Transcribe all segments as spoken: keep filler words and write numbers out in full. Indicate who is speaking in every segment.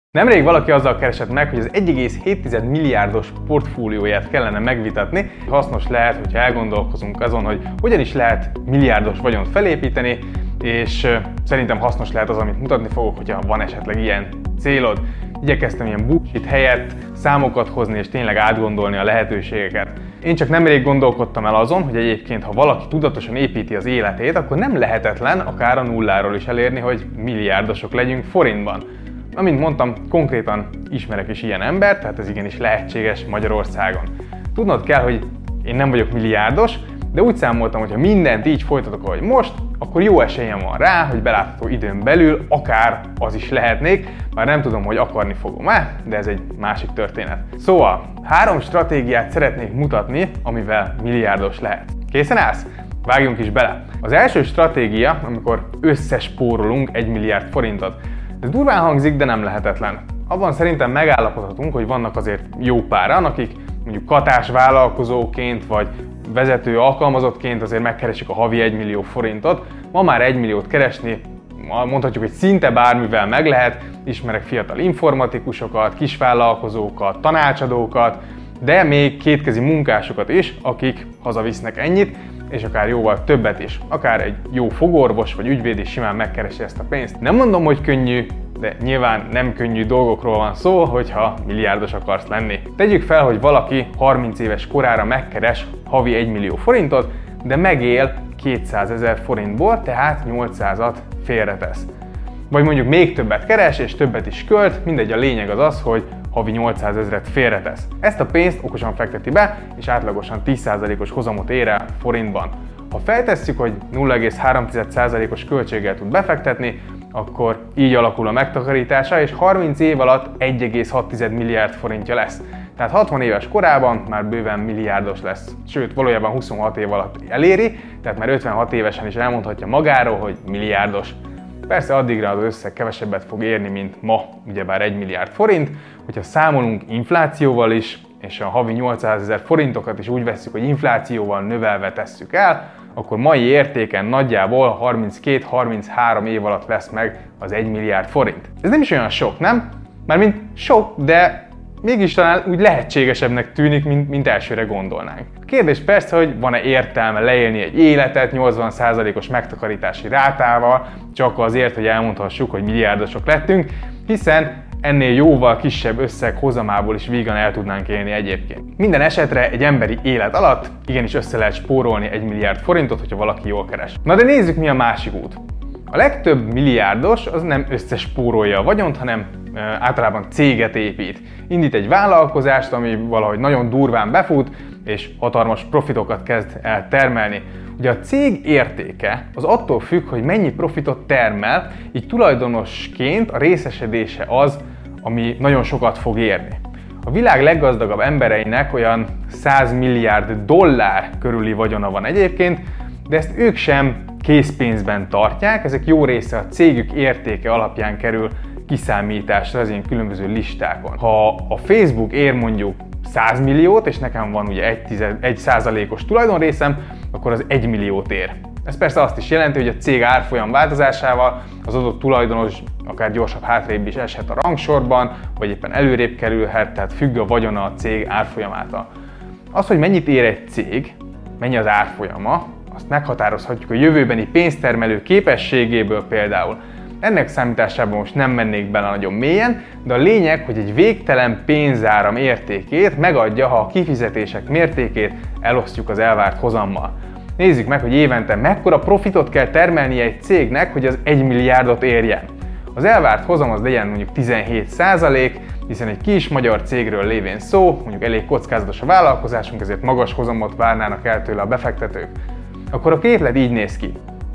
Speaker 1: Nemrég valaki azzal keresett meg, hogy az egy egész hét milliárdos portfólióját kellene megvitatni. Hasznos lehet, hogyha elgondolkozunk azon, hogy hogyan is lehet milliárdos vagyont felépíteni, és szerintem hasznos lehet az, amit mutatni fogok, hogyha van esetleg ilyen célod. Igyekeztem ilyen bullshit helyett számokat hozni és tényleg átgondolni a lehetőségeket. Én csak nemrég gondolkodtam el azon, hogy egyébként ha valaki tudatosan építi az életét, akkor nem lehetetlen akár a nulláról is elérni, hogy milliárdosok legyünk forintban. Amint mondtam, konkrétan ismerek is ilyen embert, tehát ez igenis lehetséges Magyarországon. Tudnod kell, hogy én nem vagyok milliárdos, de úgy számoltam, hogy ha mindent így folytatok, ahogy most, akkor jó esélyem van rá, hogy belátható időn belül akár az is lehetnék, már nem tudom, hogy akarni fogom-e, de ez egy másik történet. Szóval, három stratégiát szeretnék mutatni, amivel milliárdos lehet. Készen állsz? Vágjunk is bele! Az első stratégia, amikor összespórolunk egy milliárd forintot. Ez durván hangzik, de nem lehetetlen. Abban szerintem megállapodhatunk, hogy vannak azért jó páran, akik mondjuk katás vállalkozóként vagy vezető alkalmazottként azért megkeresik a havi egy millió forintot. Ma már egy milliót keresni, mondhatjuk, hogy szinte bármivel meg lehet. Ismerek fiatal informatikusokat, kisvállalkozókat, tanácsadókat, de még kétkezi munkásokat is, akik hazavisznek ennyit, és akár jóval többet is. Akár egy jó fogorvos vagy ügyvéd is simán megkeresi ezt a pénzt. Nem mondom, hogy könnyű, de nyilván nem könnyű dolgokról van szó, hogyha milliárdos akarsz lenni. Tegyük fel, hogy valaki harminc éves korára megkeres havi egy millió forintot, de megél kétszázezer forintból, tehát nyolcszázat félretesz. Vagy mondjuk még többet keres és többet is költ, mindegy, a lényeg az az, hogy havi nyolcszázezret félretesz. Ezt a pénzt okosan fekteti be, és átlagosan tíz százalékos hozamot ér el forintban. Ha feltesszük, hogy nulla egész három százalékos költséggel tud befektetni, akkor így alakul a megtakarítása, és harminc év alatt egy egész hat milliárd forintja lesz. Tehát hatvan éves korában már bőven milliárdos lesz. Sőt, valójában huszonhat év alatt eléri, tehát már ötvenhat évesen is elmondhatja magáról, hogy milliárdos. Persze addigra az összeg kevesebbet fog érni, mint ma, ugyebár egy milliárd forint. Hogyha számolunk inflációval is, és a havi nyolcszázezer forintokat is úgy vesszük, hogy inflációval növelve tesszük el, akkor mai értéken nagyjából harminckét-harminchárom év alatt lesz meg az egy milliárd forint. Ez nem is olyan sok, nem? Mármint sok, de mégis talán úgy lehetségesebbnek tűnik, mint, mint elsőre gondolnánk. A kérdés persze, hogy van-e értelme leélni egy életet nyolcvan százalékos megtakarítási rátával, csak azért, hogy elmondhassuk, hogy milliárdosok lettünk, hiszen ennél jóval kisebb összeg hozamából is vígan el tudnánk élni egyébként. Minden esetre egy emberi élet alatt igenis össze lehet spórolni egy milliárd forintot, hogyha valaki jól keres. Na de nézzük, mi a másik út. A legtöbb milliárdos az nem összespórolja a vagyont, hanem e, általában céget épít. Indít egy vállalkozást, ami valahogy nagyon durván befut, és hatalmas profitokat kezd el termelni. Ugye a cég értéke az attól függ, hogy mennyi profitot termel, így tulajdonosként a részesedése az, ami nagyon sokat fog érni. A világ leggazdagabb embereinek olyan száz milliárd dollár körüli vagyona van egyébként, de ezt ők sem készpénzben tartják, ezek jó része a cégük értéke alapján kerül kiszámításra az ilyen különböző listákon. Ha a Facebook ér mondjuk száz milliót, és nekem van ugye egy százalékos tulajdonrészem, akkor az egy milliót ér. Ez persze azt is jelenti, hogy a cég árfolyam változásával az adott tulajdonos akár gyorsabb hátrébb is eshet a rangsorban, vagy éppen előrébb kerülhet, tehát függ a vagyona a cég árfolyamától. Az, hogy mennyit ér egy cég, mennyi az árfolyama, azt meghatározhatjuk a jövőbeni pénztermelő képességéből például. Ennek számításában most nem mennék bele nagyon mélyen, de a lényeg, hogy egy végtelen pénzáram értékét megadja, ha a kifizetések mértékét elosztjuk az elvárt hozammal. Nézzük meg, hogy évente mekkora profitot kell termelnie egy cégnek, hogy az egy milliárdot érjen. Az elvárt hozam az legyen mondjuk tizenhét százalék, hiszen egy kis magyar cégről lévén szó, mondjuk elég kockázatos a vállalkozásunk, ezért magas hozamot várnának el tőle a befektetők. Akkor a képlet így néz ki.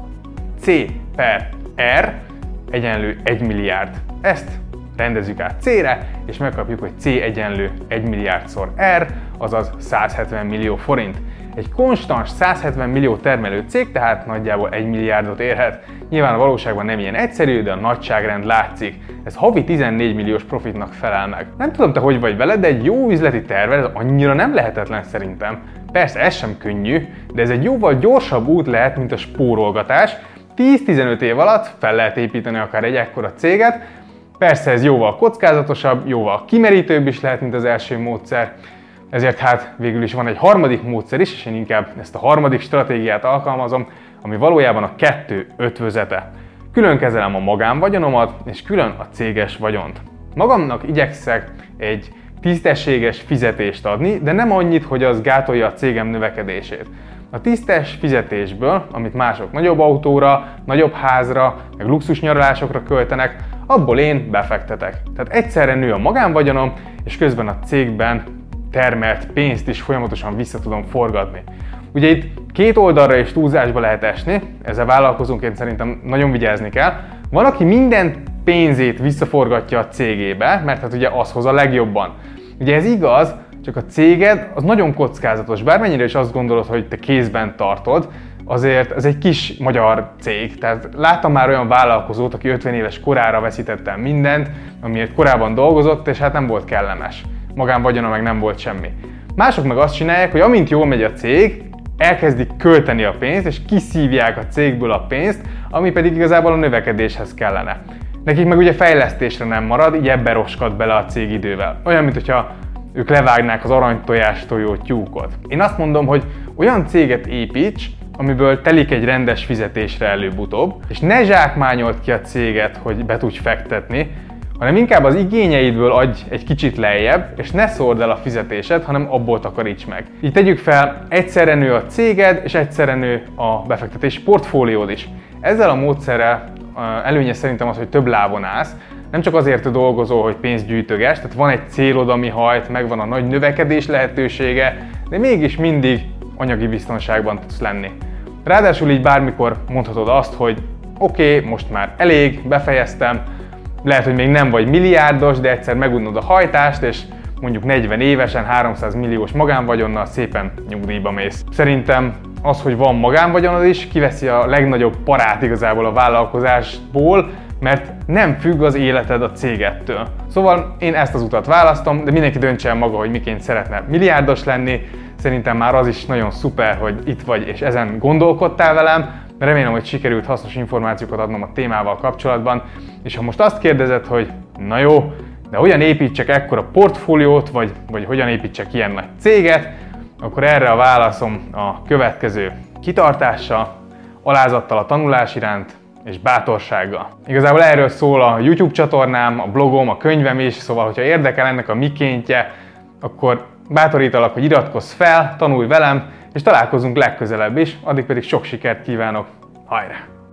Speaker 1: C per R egyenlő egy milliárd. Ezt rendezzük át C-re, és megkapjuk, hogy C egyenlő egy milliárdszor R, azaz száz hetven millió forint. Egy konstans száz hetven millió termelő cég tehát nagyjából egy milliárdot érhet. Nyilván a valóságban nem ilyen egyszerű, de a nagyságrend látszik. Ez havi tizennégy milliós profitnak felel meg. Nem tudom, te hogy vagy vele, de egy jó üzleti terved ez annyira nem lehetetlen szerintem. Persze ez sem könnyű, de ez egy jóval gyorsabb út lehet, mint a spórolgatás. tíz-tizenöt év alatt fel lehet építeni akár egy ekkora céget. Persze ez jóval kockázatosabb, jóval kimerítőbb is lehet, mint az első módszer, ezért hát végül is van egy harmadik módszer is, és én inkább ezt a harmadik stratégiát alkalmazom, ami valójában a kettő ötvözete. Külön kezelem a magánvagyonomat, és külön a céges vagyont. Magamnak igyekszek egy tisztességes fizetést adni, de nem annyit, hogy az gátolja a cégem növekedését. A tisztes fizetésből, amit mások nagyobb autóra, nagyobb házra, meg luxus nyaralásokra költenek, abból én befektetek. Tehát egyszerre nő a magánvagyonom, és közben a cégben termelt pénzt is folyamatosan vissza tudom forgatni. Ugye itt két oldalra is túlzásba lehet esni, ezzel vállalkozónként szerintem nagyon vigyázni kell. Van, aki minden pénzét visszaforgatja a cégébe, mert hát ugye az hoz a legjobban. Ugye ez igaz, csak a céged az nagyon kockázatos, bármennyire is azt gondolod, hogy te kézben tartod, azért ez egy kis magyar cég. Tehát láttam már olyan vállalkozót, aki ötven éves korára veszítette el mindent, amiért korábban dolgozott, és hát nem volt kellemes. Magánvagyona meg nem volt semmi. Mások meg azt csinálják, hogy amint jól megy a cég, elkezdik költeni a pénzt, és kiszívják a cégből a pénzt, ami pedig igazából a növekedéshez kellene. Nekik meg ugye fejlesztésre nem marad, így ebbe roskad bele a cég idővel. Olyan, mintha ők levágnák az aranytojás tojó tyúkot. Én azt mondom, hogy olyan céget építs, amiből telik egy rendes fizetésre előbb-utóbb, és ne zsákmányold ki a céget, hogy be tudj fektetni, hanem inkább az igényeidből adj egy kicsit lejjebb, és ne szórd el a fizetésed, hanem abból takaríts meg. Így tegyük fel, egyszerre nő a céged, és egyszerre nő a befektetés portfóliód is. Ezzel a módszerrel előnye szerintem az, hogy több lábon állsz, nem csak azért dolgozol, hogy pénzt gyűjtögess, tehát van egy célod, ami hajt, megvan a nagy növekedés lehetősége, de mégis mindig anyagi biztonságban tudsz lenni. Ráadásul így bármikor mondhatod azt, hogy oké, okay, most már elég, befejeztem, lehet, hogy még nem vagy milliárdos, de egyszer megunod a hajtást, és mondjuk negyven évesen, háromszáz milliós magánvagyonnal szépen nyugdíjba mész. Szerintem az, hogy van magánvagyonod is, kiveszi a legnagyobb parát igazából a vállalkozásból, mert nem függ az életed a cégedtől. Szóval én ezt az utat választom, de mindenki döntse el maga, hogy miként szeretne milliárdos lenni. Szerintem már az is nagyon szuper, hogy itt vagy és ezen gondolkodtál velem. Remélem, hogy sikerült hasznos információkat adnom a témával kapcsolatban. És ha most azt kérdezed, hogy na jó, de hogyan építsek ekkora portfóliót, vagy, vagy hogyan építsek ilyen nagy céget, akkor erre a válaszom a következő: kitartással, alázattal a tanulás iránt, és bátorsággal. Igazából erről szól a YouTube csatornám, a blogom, a könyvem is, szóval hogyha érdekel ennek a mikéntje, akkor bátorítalak, hogy iratkozz fel, tanulj velem, és találkozunk legközelebb is, addig pedig sok sikert kívánok, hajrá!